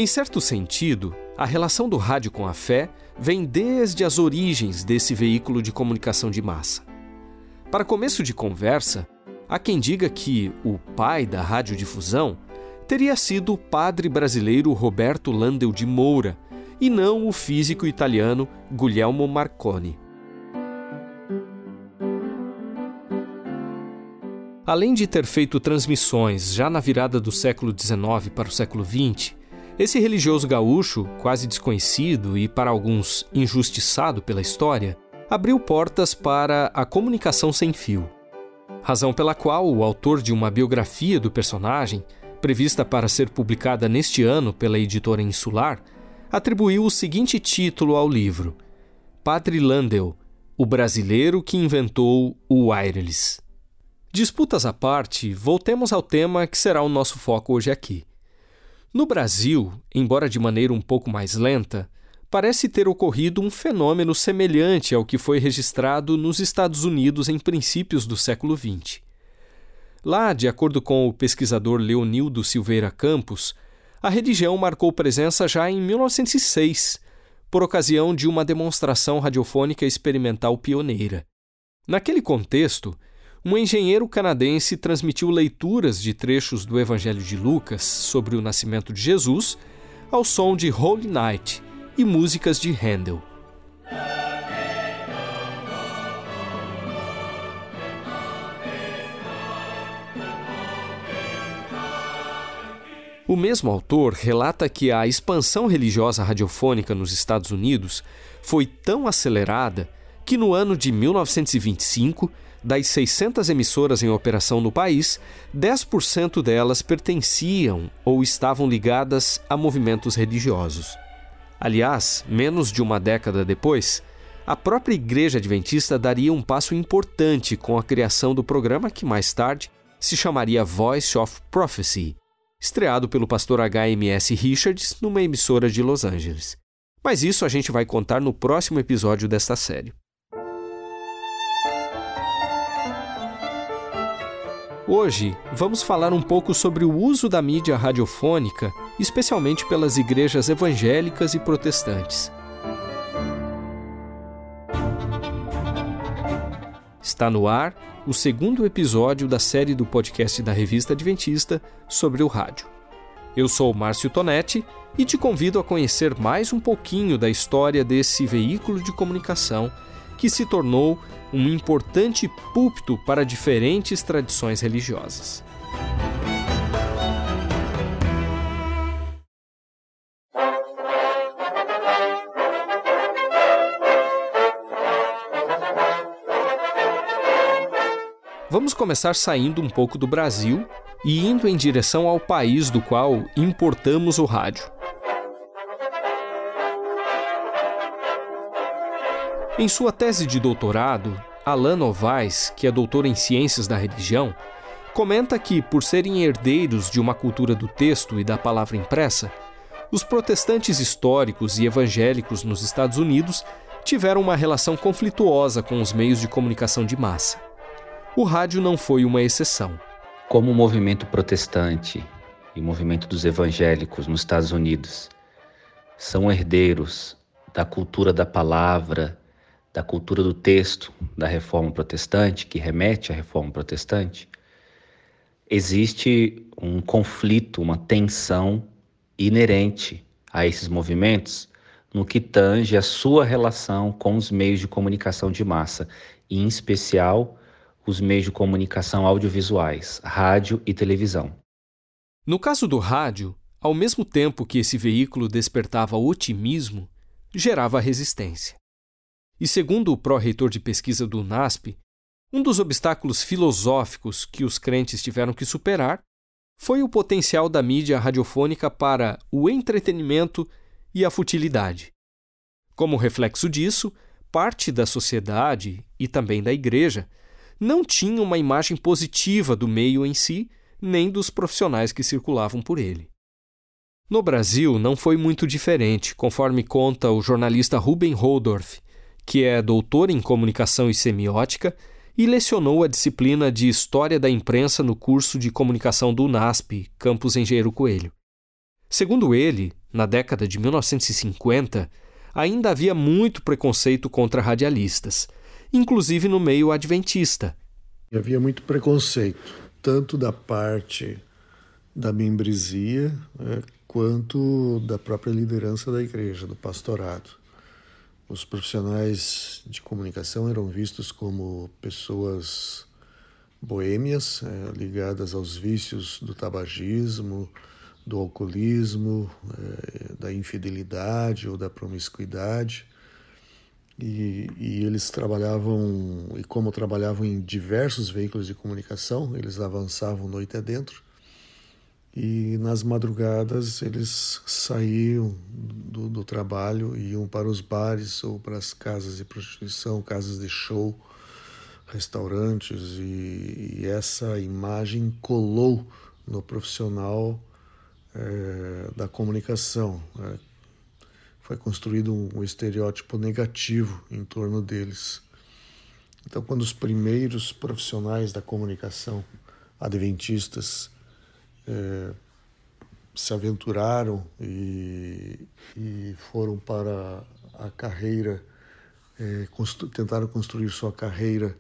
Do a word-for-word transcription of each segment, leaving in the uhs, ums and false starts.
Em certo sentido, a relação do rádio com a fé vem desde as origens desse veículo de comunicação de massa. Para começo de conversa, há quem diga que o pai da radiodifusão teria sido o padre brasileiro Roberto Landel de Moura e não o físico italiano Guglielmo Marconi. Além de ter feito transmissões já na virada do século dezenove para o século vinte, esse religioso gaúcho, quase desconhecido e para alguns injustiçado pela história, abriu portas para a comunicação sem fio. Razão pela qual o autor de uma biografia do personagem, prevista para ser publicada neste ano pela editora Insular, atribuiu o seguinte título ao livro: Padre Landel, o brasileiro que inventou o wireless. Disputas à parte, voltemos ao tema que será o nosso foco hoje aqui. No Brasil, embora de maneira um pouco mais lenta, parece ter ocorrido um fenômeno semelhante ao que foi registrado nos Estados Unidos em princípios do século vinte. Lá, de acordo com o pesquisador Leonildo Silveira Campos, a religião marcou presença já em mil novecentos e seis, por ocasião de uma demonstração radiofônica experimental pioneira. Naquele contexto, um engenheiro canadense transmitiu leituras de trechos do Evangelho de Lucas sobre o nascimento de Jesus ao som de Holy Night e músicas de Handel. O mesmo autor relata que a expansão religiosa radiofônica nos Estados Unidos foi tão acelerada que no ano de mil novecentos e vinte e cinco, das seiscentas emissoras em operação no país, dez por cento delas pertenciam ou estavam ligadas a movimentos religiosos. Aliás, menos de uma década depois, a própria Igreja Adventista daria um passo importante com a criação do programa que mais tarde se chamaria Voice of Prophecy, estreado pelo pastor H M S Richards numa emissora de Los Angeles. Mas isso a gente vai contar no próximo episódio desta série. Hoje, vamos falar um pouco sobre o uso da mídia radiofônica, especialmente pelas igrejas evangélicas e protestantes. Está no ar o segundo episódio da série do podcast da Revista Adventista sobre o rádio. Eu sou Márcio Tonetti e te convido a conhecer mais um pouquinho da história desse veículo de comunicação que se tornou um importante púlpito para diferentes tradições religiosas. Vamos começar saindo um pouco do Brasil e indo em direção ao país do qual importamos o rádio. Em sua tese de doutorado, Alain Novaes, que é doutor em Ciências da Religião, comenta que, por serem herdeiros de uma cultura do texto e da palavra impressa, os protestantes históricos e evangélicos nos Estados Unidos tiveram uma relação conflituosa com os meios de comunicação de massa. O rádio não foi uma exceção. Como o movimento protestante e o movimento dos evangélicos nos Estados Unidos são herdeiros da cultura da palavra, da cultura do texto da Reforma Protestante, que remete à Reforma Protestante, existe um conflito, uma tensão inerente a esses movimentos no que tange a sua relação com os meios de comunicação de massa, e em especial os meios de comunicação audiovisuais, rádio e televisão. No caso do rádio, ao mesmo tempo que esse veículo despertava otimismo, gerava resistência. E segundo o pró-reitor de pesquisa do U N A S P, um dos obstáculos filosóficos que os crentes tiveram que superar foi o potencial da mídia radiofônica para o entretenimento e a futilidade. Como reflexo disso, parte da sociedade e também da igreja não tinha uma imagem positiva do meio em si, nem dos profissionais que circulavam por ele. No Brasil, não foi muito diferente, conforme conta o jornalista Ruben Holdorf, que é doutor em comunicação e semiótica e lecionou a disciplina de História da Imprensa no curso de comunicação do U N A S P, campus Engenheiro Coelho. Segundo ele, na década de mil novecentos e cinquenta, ainda havia muito preconceito contra radialistas, inclusive no meio adventista. Havia muito preconceito, tanto da parte da membresia, né, quanto da própria liderança da igreja, do pastorado. Os profissionais de comunicação eram vistos como pessoas boêmias, é, ligadas aos vícios do tabagismo, do alcoolismo, é, da infidelidade ou da promiscuidade. E, e eles trabalhavam, e como trabalhavam em diversos veículos de comunicação, eles avançavam noite adentro. E nas madrugadas eles saíam do, do trabalho e iam para os bares ou para as casas de prostituição, casas de show, restaurantes, e, e essa imagem colou no profissional é, da comunicação. É, foi construído um, um estereótipo negativo em torno deles. Então, quando os primeiros profissionais da comunicação adventistas É, se aventuraram e, e foram para a carreira, é, constru, tentaram construir sua carreira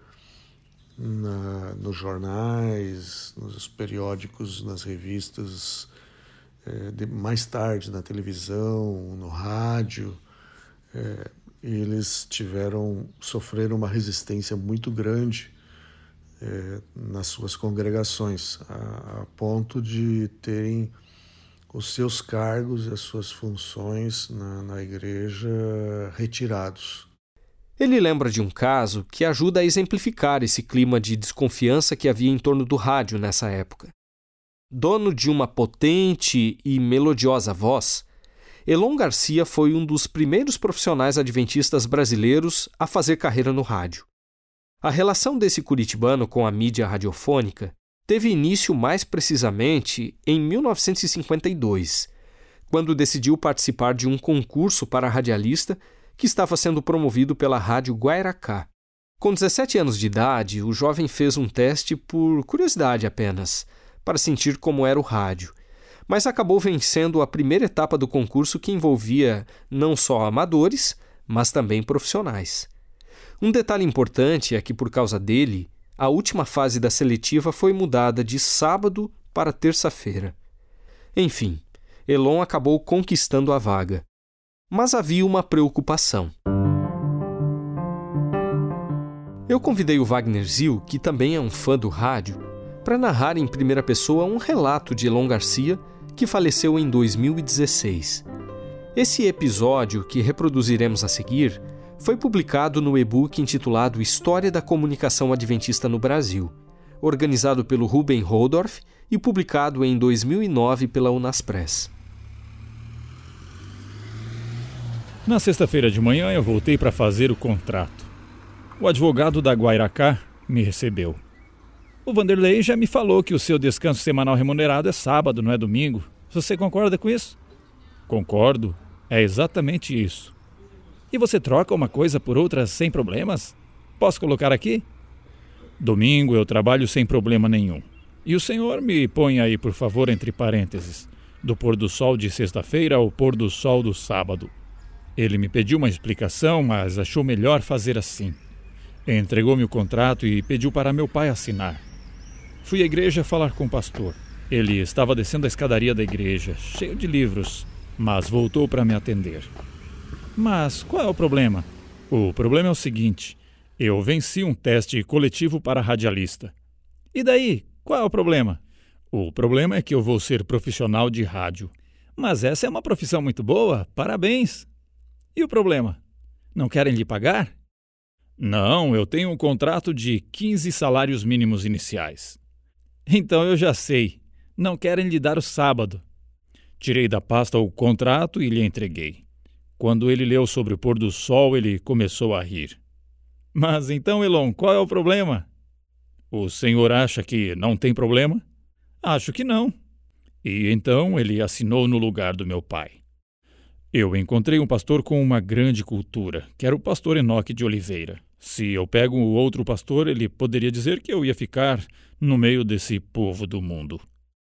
na, nos jornais, nos periódicos, nas revistas, é, de, mais tarde na televisão, no rádio. É, eles tiveram, sofreram uma resistência muito grande É, nas suas congregações, a, a ponto de terem os seus cargos e as suas funções na, na igreja retirados. Ele lembra de um caso que ajuda a exemplificar esse clima de desconfiança que havia em torno do rádio nessa época. Dono de uma potente e melodiosa voz, Elon Garcia foi um dos primeiros profissionais adventistas brasileiros a fazer carreira no rádio. A relação desse curitibano com a mídia radiofônica teve início mais precisamente em mil novecentos e cinquenta e dois, quando decidiu participar de um concurso para radialista que estava sendo promovido pela Rádio Guairacá. Com dezessete anos de idade, o jovem fez um teste por curiosidade apenas, para sentir como era o rádio, mas acabou vencendo a primeira etapa do concurso, que envolvia não só amadores, mas também profissionais. Um detalhe importante é que, por causa dele, a última fase da seletiva foi mudada de sábado para terça-feira. Enfim, Elon acabou conquistando a vaga. Mas havia uma preocupação. Eu convidei o Wagner Zil, que também é um fã do rádio, para narrar em primeira pessoa um relato de Elon Garcia, que faleceu em dois mil e dezesseis. Esse episódio, que reproduziremos a seguir, foi publicado no e-book intitulado História da Comunicação Adventista no Brasil, organizado pelo Ruben Rodorf e publicado em dois mil e nove pela Unaspress. Na sexta-feira de manhã eu voltei para fazer o contrato. O advogado da Guairacá me recebeu. O Vanderlei já me falou que o seu descanso semanal remunerado é sábado, não é domingo. Você concorda com isso? Concordo. É exatamente isso. E você troca uma coisa por outra sem problemas? Posso colocar aqui? Domingo eu trabalho sem problema nenhum. E o senhor me põe aí, por favor, entre parênteses, do pôr do sol de sexta-feira ao pôr do sol do sábado. Ele me pediu uma explicação, mas achou melhor fazer assim. Entregou-me o contrato e pediu para meu pai assinar. Fui à igreja falar com o pastor. Ele estava descendo a escadaria da igreja, cheio de livros, mas voltou para me atender. Mas qual é o problema? O problema é o seguinte: eu venci um teste coletivo para radialista. E daí? Qual é o problema? O problema é que eu vou ser profissional de rádio. Mas essa é uma profissão muito boa, parabéns. E o problema? Não querem lhe pagar? Não, eu tenho um contrato de quinze salários mínimos iniciais. Então eu já sei, não querem lhe dar o sábado. Tirei da pasta o contrato e lhe entreguei. Quando ele leu sobre o pôr do sol, ele começou a rir. Mas então, Elon, qual é o problema? O senhor acha que não tem problema? Acho que não. E então ele assinou no lugar do meu pai. Eu encontrei um pastor com uma grande cultura, que era o pastor Enoque de Oliveira. Se eu pego o outro pastor, ele poderia dizer que eu ia ficar no meio desse povo do mundo.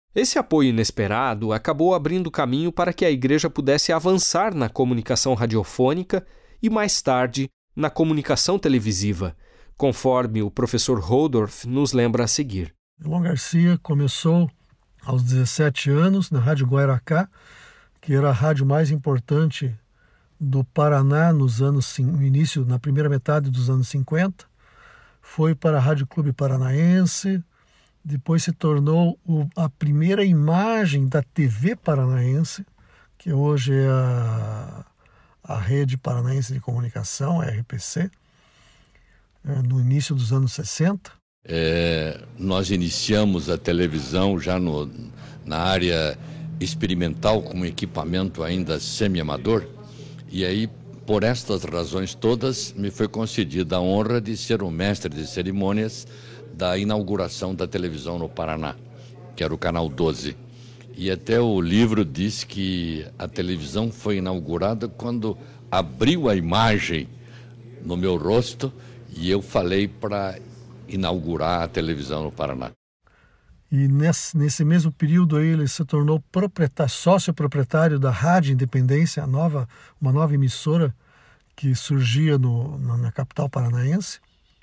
Esse apoio inesperado acabou abrindo caminho para que a igreja pudesse avançar na comunicação radiofônica e, mais tarde, na comunicação televisiva, conforme o professor Holdorf nos lembra a seguir. Irmão Garcia começou aos dezessete anos na Rádio Guairacá, que era a rádio mais importante do Paraná nos anos, no início, na primeira metade dos anos cinquenta. Foi para a Rádio Clube Paranaense, depois se tornou o, a primeira imagem da T V Paranaense, que hoje é a, a Rede Paranaense de Comunicação, a R P C, é, no início dos anos sessenta. É, nós iniciamos a televisão já no, na área experimental, com equipamento ainda semi-amador, e aí, por estas razões todas, me foi concedida a honra de ser o mestre de cerimônias da inauguração da televisão no Paraná, que era o Canal doze. E até o livro diz que a televisão foi inaugurada quando abriu a imagem no meu rosto e eu falei para inaugurar a televisão no Paraná. E nesse, nesse mesmo período aí ele se tornou proprietário, sócio proprietário da Rádio Independência, a nova, uma nova emissora que surgia no, na, na capital paranaense,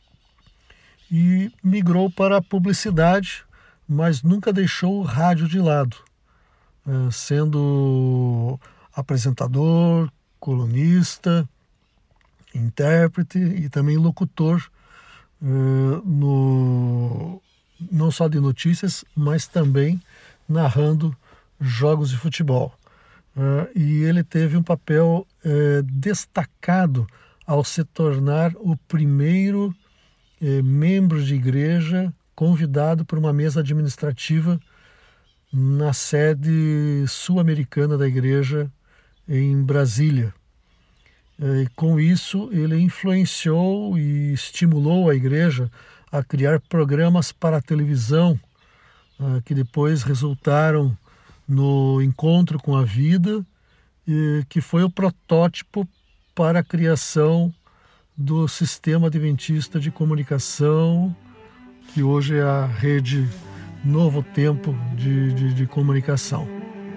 e migrou para a publicidade, mas nunca deixou o rádio de lado, é, sendo apresentador, colunista, intérprete e também locutor, é, no, não só de notícias, mas também narrando jogos de futebol. É, e ele teve um papel é, destacado ao se tornar o primeiro é, membro de igreja convidado por uma mesa administrativa na sede sul-americana da igreja em Brasília. E com isso, ele influenciou e estimulou a igreja a criar programas para a televisão, que depois resultaram no Encontro com a Vida, que foi o protótipo para a criação do Sistema Adventista de Comunicação, que hoje é a Rede Novo Tempo de, de, de Comunicação.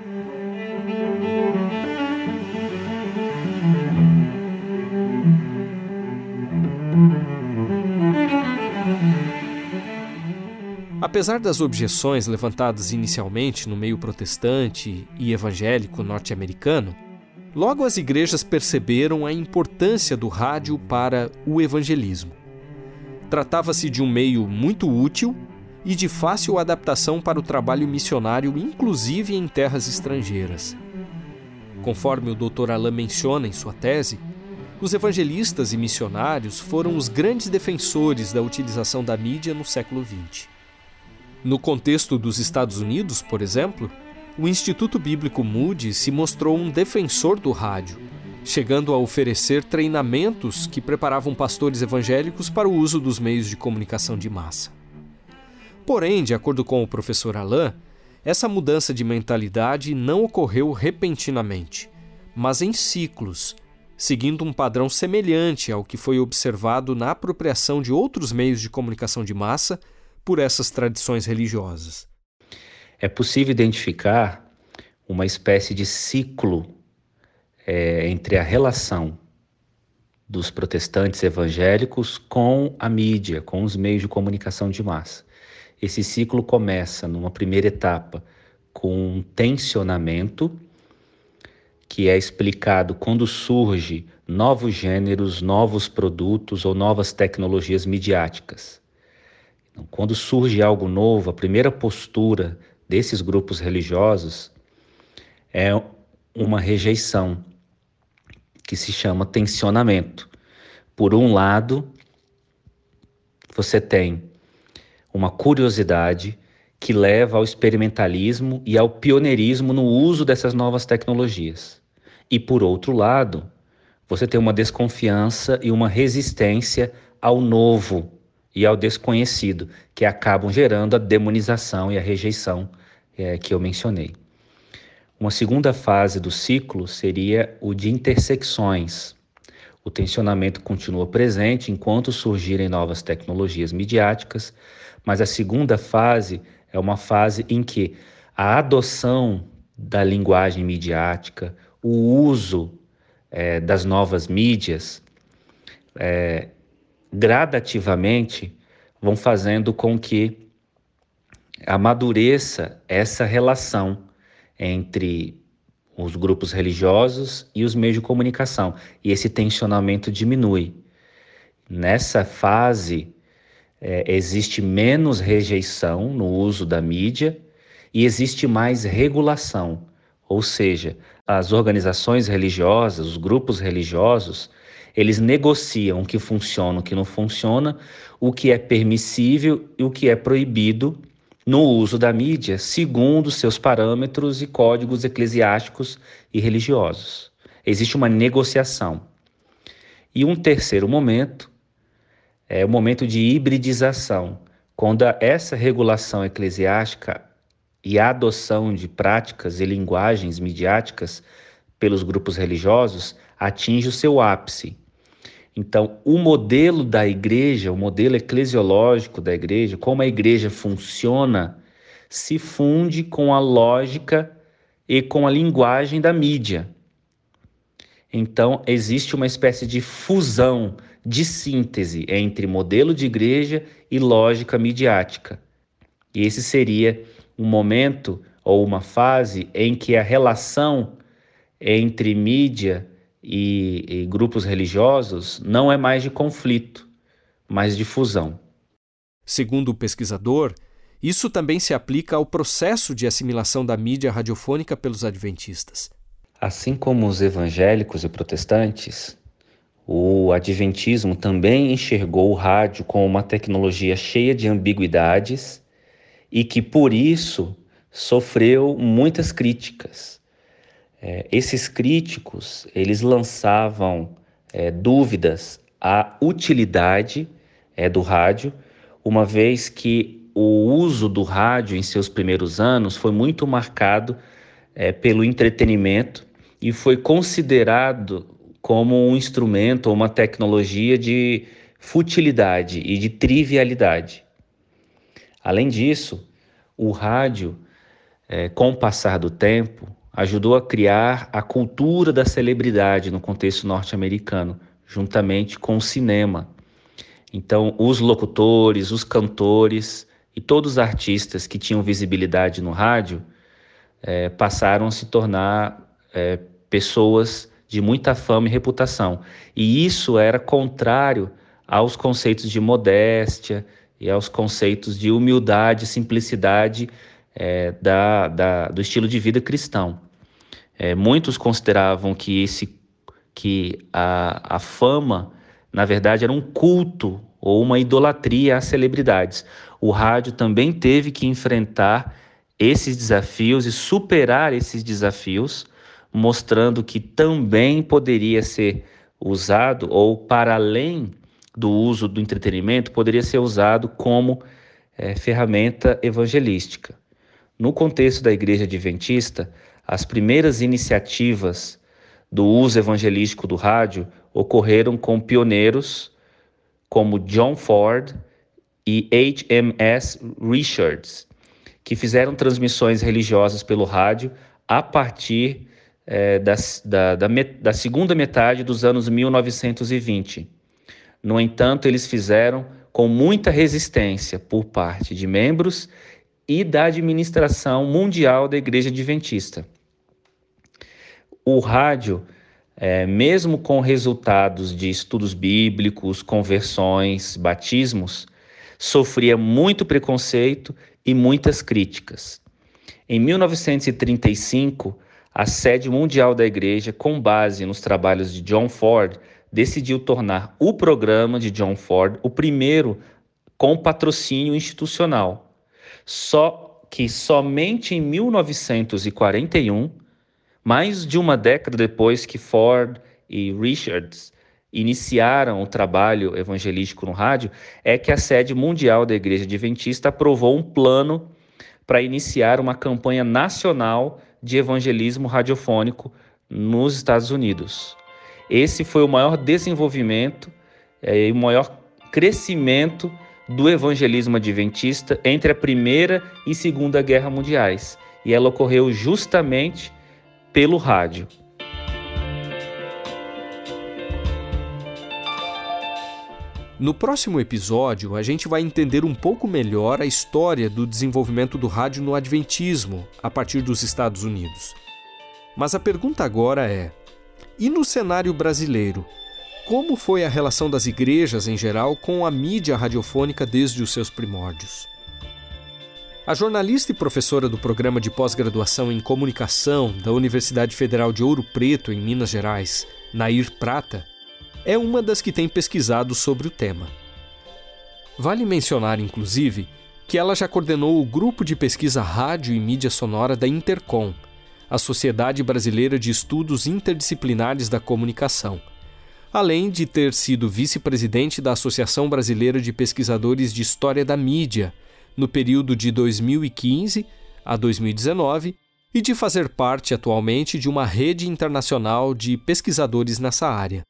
Apesar das objeções levantadas inicialmente no meio protestante e evangélico norte-americano, logo as igrejas perceberam a importância do rádio para o evangelismo. Tratava-se de um meio muito útil e de fácil adaptação para o trabalho missionário, inclusive em terras estrangeiras. Conforme o doutor Alain menciona em sua tese, os evangelistas e missionários foram os grandes defensores da utilização da mídia no século vinte. No contexto dos Estados Unidos, por exemplo, o Instituto Bíblico Moody se mostrou um defensor do rádio, chegando a oferecer treinamentos que preparavam pastores evangélicos para o uso dos meios de comunicação de massa. Porém, de acordo com o professor Alain, essa mudança de mentalidade não ocorreu repentinamente, mas em ciclos, seguindo um padrão semelhante ao que foi observado na apropriação de outros meios de comunicação de massa por essas tradições religiosas. É possível identificar uma espécie de ciclo é, entre a relação dos protestantes evangélicos com a mídia, com os meios de comunicação de massa. Esse ciclo começa numa primeira etapa com um tensionamento, que é explicado quando surge novos gêneros, novos produtos ou novas tecnologias midiáticas. Então, quando surge algo novo, a primeira postura desses grupos religiosos é uma rejeição, que se chama tensionamento. Por um lado, você tem uma curiosidade que leva ao experimentalismo e ao pioneirismo no uso dessas novas tecnologias. E por outro lado, você tem uma desconfiança e uma resistência ao novo e ao desconhecido, que acabam gerando a demonização e a rejeição é, que eu mencionei. Uma segunda fase do ciclo seria o de intersecções. O tensionamento continua presente enquanto surgirem novas tecnologias midiáticas, mas a segunda fase é uma fase em que a adoção da linguagem midiática, o uso é, das novas mídias, é, gradativamente vão fazendo com que amadureça essa relação entre os grupos religiosos e os meios de comunicação, e esse tensionamento diminui. Nessa fase, é, existe menos rejeição no uso da mídia e existe mais regulação, ou seja, as organizações religiosas, os grupos religiosos, eles negociam o que funciona, o que não funciona, o que é permissível e o que é proibido no uso da mídia, segundo seus parâmetros e códigos eclesiásticos e religiosos. Existe uma negociação. E um terceiro momento é o momento de hibridização, quando essa regulação eclesiástica e a adoção de práticas e linguagens midiáticas pelos grupos religiosos atinge o seu ápice. Então, o modelo da igreja, o modelo eclesiológico da igreja, como a igreja funciona, se funde com a lógica e com a linguagem da mídia. Então, existe uma espécie de fusão, de síntese entre modelo de igreja e lógica midiática. E esse seria um momento ou uma fase em que a relação entre mídia e, e grupos religiosos não é mais de conflito, mas de fusão. Segundo o pesquisador, isso também se aplica ao processo de assimilação da mídia radiofônica pelos adventistas. Assim como os evangélicos e protestantes, o adventismo também enxergou o rádio como uma tecnologia cheia de ambiguidades e que, por isso, sofreu muitas críticas. É, esses críticos, eles lançavam é, dúvidas à utilidade é, do rádio, uma vez que o uso do rádio em seus primeiros anos foi muito marcado é, pelo entretenimento e foi considerado como um instrumento ou uma tecnologia de futilidade e de trivialidade. Além disso, o rádio, é, com o passar do tempo, ajudou a criar a cultura da celebridade no contexto norte-americano, juntamente com o cinema. Então, os locutores, os cantores e todos os artistas que tinham visibilidade no rádio é, passaram a se tornar é, pessoas de muita fama e reputação. E isso era contrário aos conceitos de modéstia e aos conceitos de humildade e simplicidade é, da, da, do estilo de vida cristão. É, muitos consideravam que, esse, que a, a fama, na verdade, era um culto ou uma idolatria às celebridades. O rádio também teve que enfrentar esses desafios e superar esses desafios, mostrando que também poderia ser usado, ou para além do uso do entretenimento, poderia ser usado como é, ferramenta evangelística. No contexto da Igreja Adventista, as primeiras iniciativas do uso evangelístico do rádio ocorreram com pioneiros como John Ford e H M S Richards, que fizeram transmissões religiosas pelo rádio a partir é, das, da, da, da segunda metade dos anos mil novecentos e vinte. No entanto, eles fizeram com muita resistência por parte de membros e da administração mundial da Igreja Adventista. O rádio, é, mesmo com resultados de estudos bíblicos, conversões, batismos, sofria muito preconceito e muitas críticas. Em mil novecentos e trinta e cinco, a sede mundial da igreja, com base nos trabalhos de John Ford, decidiu tornar o programa de John Ford o primeiro com patrocínio institucional. Só que somente em mil novecentos e quarenta e um, mais de uma década depois que Ford e Richards iniciaram o trabalho evangelístico no rádio, é que a sede mundial da Igreja Adventista aprovou um plano para iniciar uma campanha nacional de evangelismo radiofônico nos Estados Unidos. Esse foi o maior desenvolvimento é, e o maior crescimento do evangelismo adventista entre a Primeira e Segunda Guerra Mundiais. e ela ocorreu justamente pelo rádio. No próximo episódio, a gente vai entender um pouco melhor a história do desenvolvimento do rádio no Adventismo, a partir dos Estados Unidos. Mas a pergunta agora é: e no cenário brasileiro, como foi a relação das igrejas em geral com a mídia radiofônica desde os seus primórdios? A jornalista e professora do programa de pós-graduação em comunicação da Universidade Federal de Ouro Preto, em Minas Gerais, Nair Prata, é uma das que tem pesquisado sobre o tema. Vale mencionar, inclusive, que ela já coordenou o grupo de pesquisa rádio e mídia sonora da Intercom, a Sociedade Brasileira de Estudos Interdisciplinares da Comunicação, além de ter sido vice-presidente da Associação Brasileira de Pesquisadores de História da Mídia, no período de dois mil e quinze a dois mil e dezenove, e de fazer parte atualmente de uma rede internacional de pesquisadores nessa área.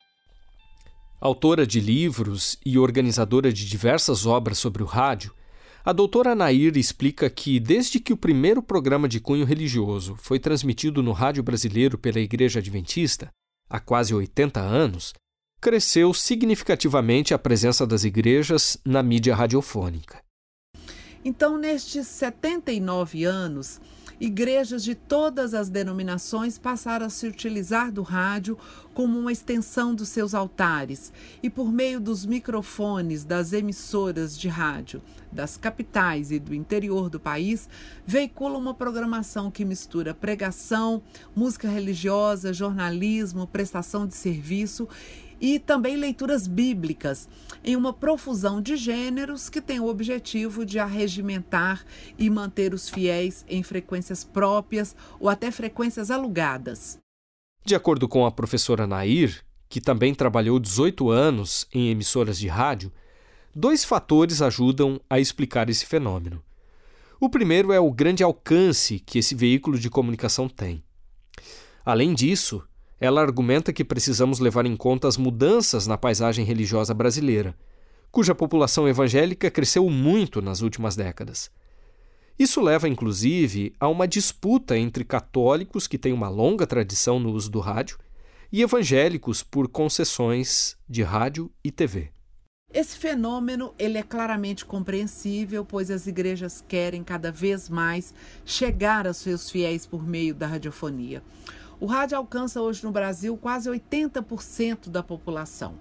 Autora de livros e organizadora de diversas obras sobre o rádio, a doutora Nair explica que, desde que o primeiro programa de cunho religioso foi transmitido no rádio brasileiro pela Igreja Adventista, há quase oitenta anos, cresceu significativamente a presença das igrejas na mídia radiofônica. Então, nestes setenta e nove anos, igrejas de todas as denominações passaram a se utilizar do rádio como uma extensão dos seus altares e, por meio dos microfones das emissoras de rádio das capitais e do interior do país, veiculam uma programação que mistura pregação, música religiosa, jornalismo, prestação de serviço e também leituras bíblicas, em uma profusão de gêneros que tem o objetivo de arregimentar e manter os fiéis em frequências próprias ou até frequências alugadas. De acordo com a professora Nair, que também trabalhou dezoito anos em emissoras de rádio, dois fatores ajudam a explicar esse fenômeno. O primeiro é o grande alcance que esse veículo de comunicação tem. Além disso, ela argumenta que precisamos levar em conta as mudanças na paisagem religiosa brasileira, cuja população evangélica cresceu muito nas últimas décadas. Isso leva, inclusive, a uma disputa entre católicos, que têm uma longa tradição no uso do rádio, e evangélicos por concessões de rádio e T V. Esse fenômeno ele é claramente compreensível, pois as igrejas querem cada vez mais chegar aos seus fiéis por meio da radiofonia. O rádio alcança hoje no Brasil quase oitenta por cento da população.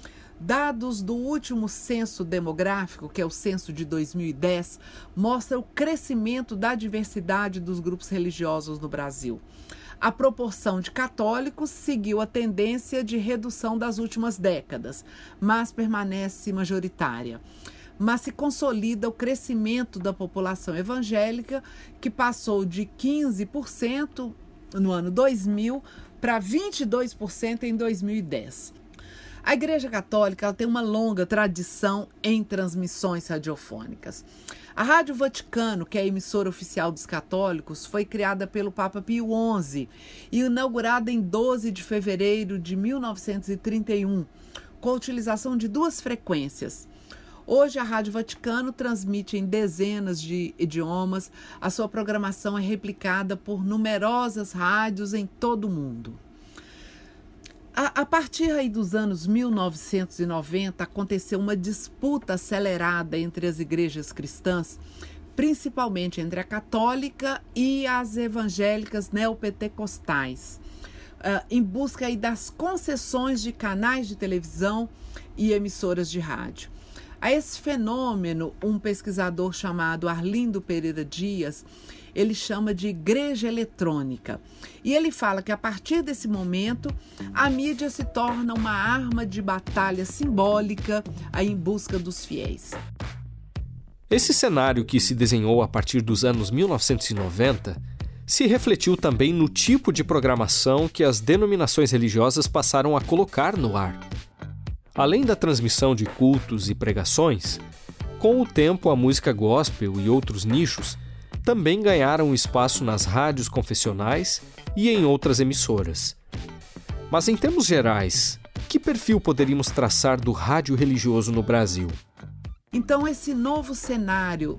Dados do último censo demográfico, que é o censo de dois mil e dez, mostram o crescimento da diversidade dos grupos religiosos no Brasil. A proporção de católicos seguiu a tendência de redução das últimas décadas, mas permanece majoritária. Mas se consolida o crescimento da população evangélica, que passou de quinze por cento no ano dois mil para vinte e dois por cento em dois mil e dez. A Igreja Católica ela tem uma longa tradição em transmissões radiofônicas. A Rádio Vaticano, que é a emissora oficial dos católicos, foi criada pelo Papa Pio onze e inaugurada em doze de fevereiro de mil novecentos e trinta e um, com a utilização de duas frequências. Hoje, a Rádio Vaticano transmite em dezenas de idiomas. A sua programação é replicada por numerosas rádios em todo o mundo. A, a partir aí dos anos mil novecentos e noventa, aconteceu uma disputa acelerada entre as igrejas cristãs, principalmente entre a católica e as evangélicas neopentecostais, uh, em busca aí das concessões de canais de televisão e emissoras de rádio. A esse fenômeno, um pesquisador chamado Arlindo Pereira Dias, ele chama de igreja eletrônica. E ele fala que a partir desse momento, a mídia se torna uma arma de batalha simbólica aí em busca dos fiéis. Esse cenário que se desenhou a partir dos anos mil novecentos e noventa se refletiu também no tipo de programação que as denominações religiosas passaram a colocar no ar. Além da transmissão de cultos e pregações, com o tempo a música gospel e outros nichos também ganharam espaço nas rádios confessionais e em outras emissoras. Mas em termos gerais, que perfil poderíamos traçar do rádio religioso no Brasil? Então, esse novo cenário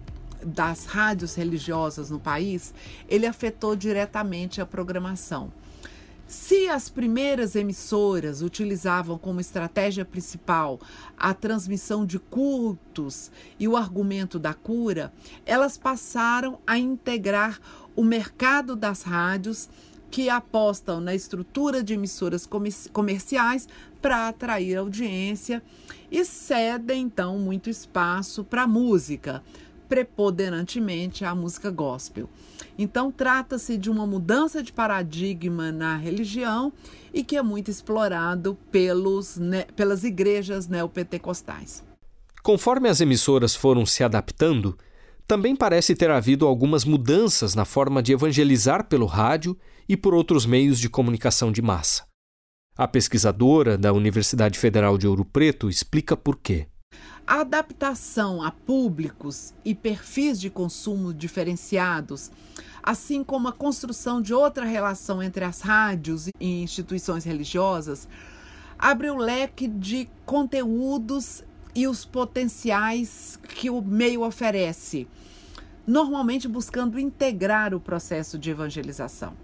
das rádios religiosas no país, ele afetou diretamente a programação. Se as primeiras emissoras utilizavam como estratégia principal a transmissão de cultos e o argumento da cura, elas passaram a integrar o mercado das rádios, que apostam na estrutura de emissoras comerciais para atrair audiência e cedem, então, muito espaço para a música, preponderantemente a música gospel. Então, trata-se de uma mudança de paradigma na religião e que é muito explorado pelos, ne- pelas igrejas neopentecostais. Conforme as emissoras foram se adaptando, também parece ter havido algumas mudanças na forma de evangelizar pelo rádio e por outros meios de comunicação de massa. A pesquisadora da Universidade Federal de Ouro Preto explica por quê. A adaptação a públicos e perfis de consumo diferenciados, assim como a construção de outra relação entre as rádios e instituições religiosas, abre o leque de conteúdos e os potenciais que o meio oferece, normalmente buscando integrar o processo de evangelização.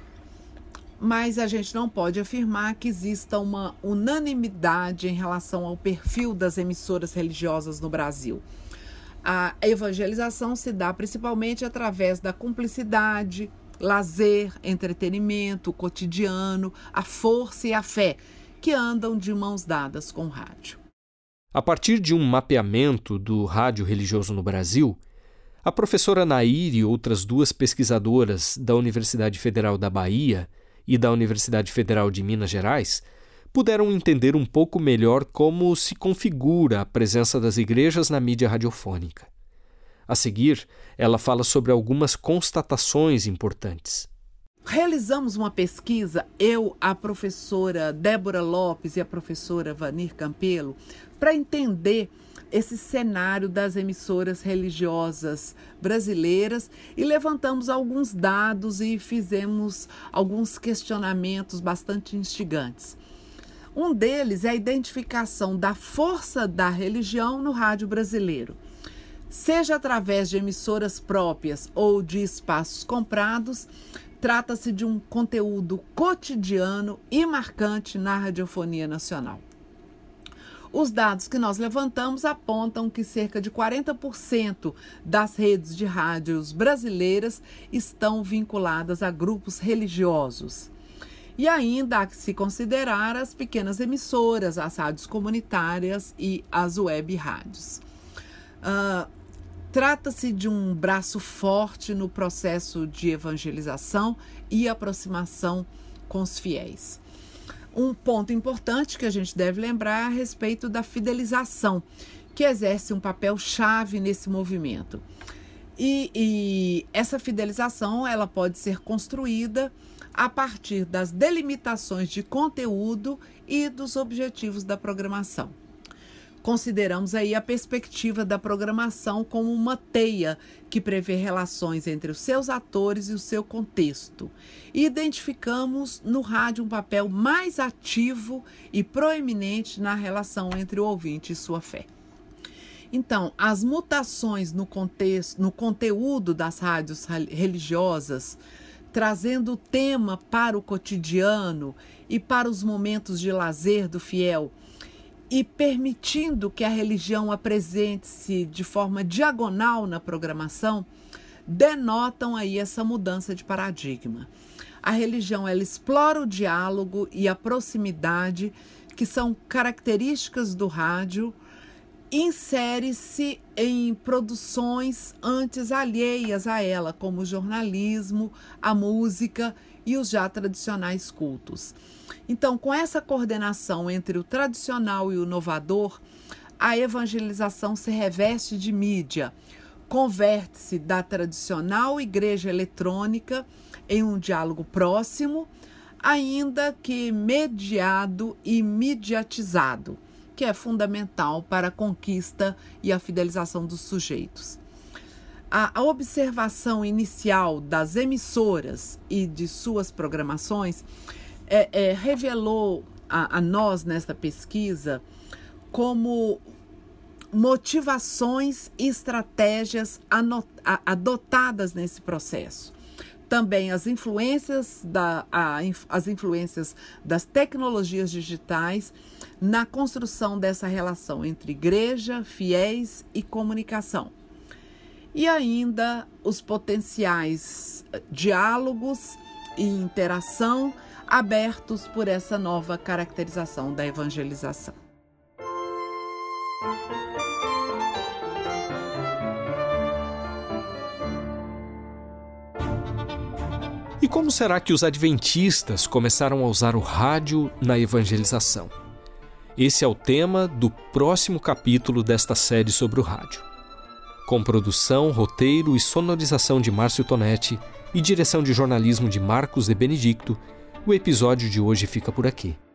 Mas a gente não pode afirmar que exista uma unanimidade em relação ao perfil das emissoras religiosas no Brasil. A evangelização se dá principalmente através da cumplicidade, lazer, entretenimento, cotidiano, a força e a fé, que andam de mãos dadas com o rádio. A partir de um mapeamento do rádio religioso no Brasil, a professora Nair e outras duas pesquisadoras da Universidade Federal da Bahia e da Universidade Federal de Minas Gerais puderam entender um pouco melhor como se configura a presença das igrejas na mídia radiofônica. A seguir, ela fala sobre algumas constatações importantes. Realizamos uma pesquisa, eu, a professora Débora Lopes e a professora Vanir Campelo, para entender esse cenário das emissoras religiosas brasileiras e levantamos alguns dados e fizemos alguns questionamentos bastante instigantes. Um deles é a identificação da força da religião no rádio brasileiro. Seja através de emissoras próprias ou de espaços comprados, trata-se de um conteúdo cotidiano e marcante na radiofonia nacional. Os dados que nós levantamos apontam que cerca de quarenta por cento das redes de rádios brasileiras estão vinculadas a grupos religiosos. E ainda há que se considerar as pequenas emissoras, as rádios comunitárias e as web rádios. Uh, Trata-se de um braço forte no processo de evangelização e aproximação com os fiéis. Um ponto importante que a gente deve lembrar é a respeito da fidelização, que exerce um papel chave nesse movimento. E, e essa fidelização ela pode ser construída a partir das delimitações de conteúdo e dos objetivos da programação. Consideramos aí a perspectiva da programação como uma teia que prevê relações entre os seus atores e o seu contexto. E identificamos no rádio um papel mais ativo e proeminente na relação entre o ouvinte e sua fé. Então, as mutações no contexto, no conteúdo das rádios religiosas, trazendo o tema para o cotidiano e para os momentos de lazer do fiel, e permitindo que a religião apresente-se de forma diagonal na programação, denotam aí essa mudança de paradigma. A religião ela explora o diálogo e a proximidade, que são características do rádio, insere-se em produções antes alheias a ela, como o jornalismo, a música e os já tradicionais cultos. Então, com essa coordenação entre o tradicional e o inovador, a evangelização se reveste de mídia, converte-se da tradicional igreja eletrônica em um diálogo próximo, ainda que mediado e mediatizado, que é fundamental para a conquista e a fidelização dos sujeitos. A observação inicial das emissoras e de suas programações é, é, revelou a, a nós, nesta pesquisa, como motivações e estratégias adotadas nesse processo. Também as influências, da, a, as influências das tecnologias digitais na construção dessa relação entre igreja, fiéis e comunicação. E ainda os potenciais diálogos e interação abertos por essa nova caracterização da evangelização. E como será que os adventistas começaram a usar o rádio na evangelização? Esse é o tema do próximo capítulo desta série sobre o rádio. Com produção, roteiro e sonorização de Márcio Tonetti e direção de jornalismo de Marcos de Benedicto, o episódio de hoje fica por aqui.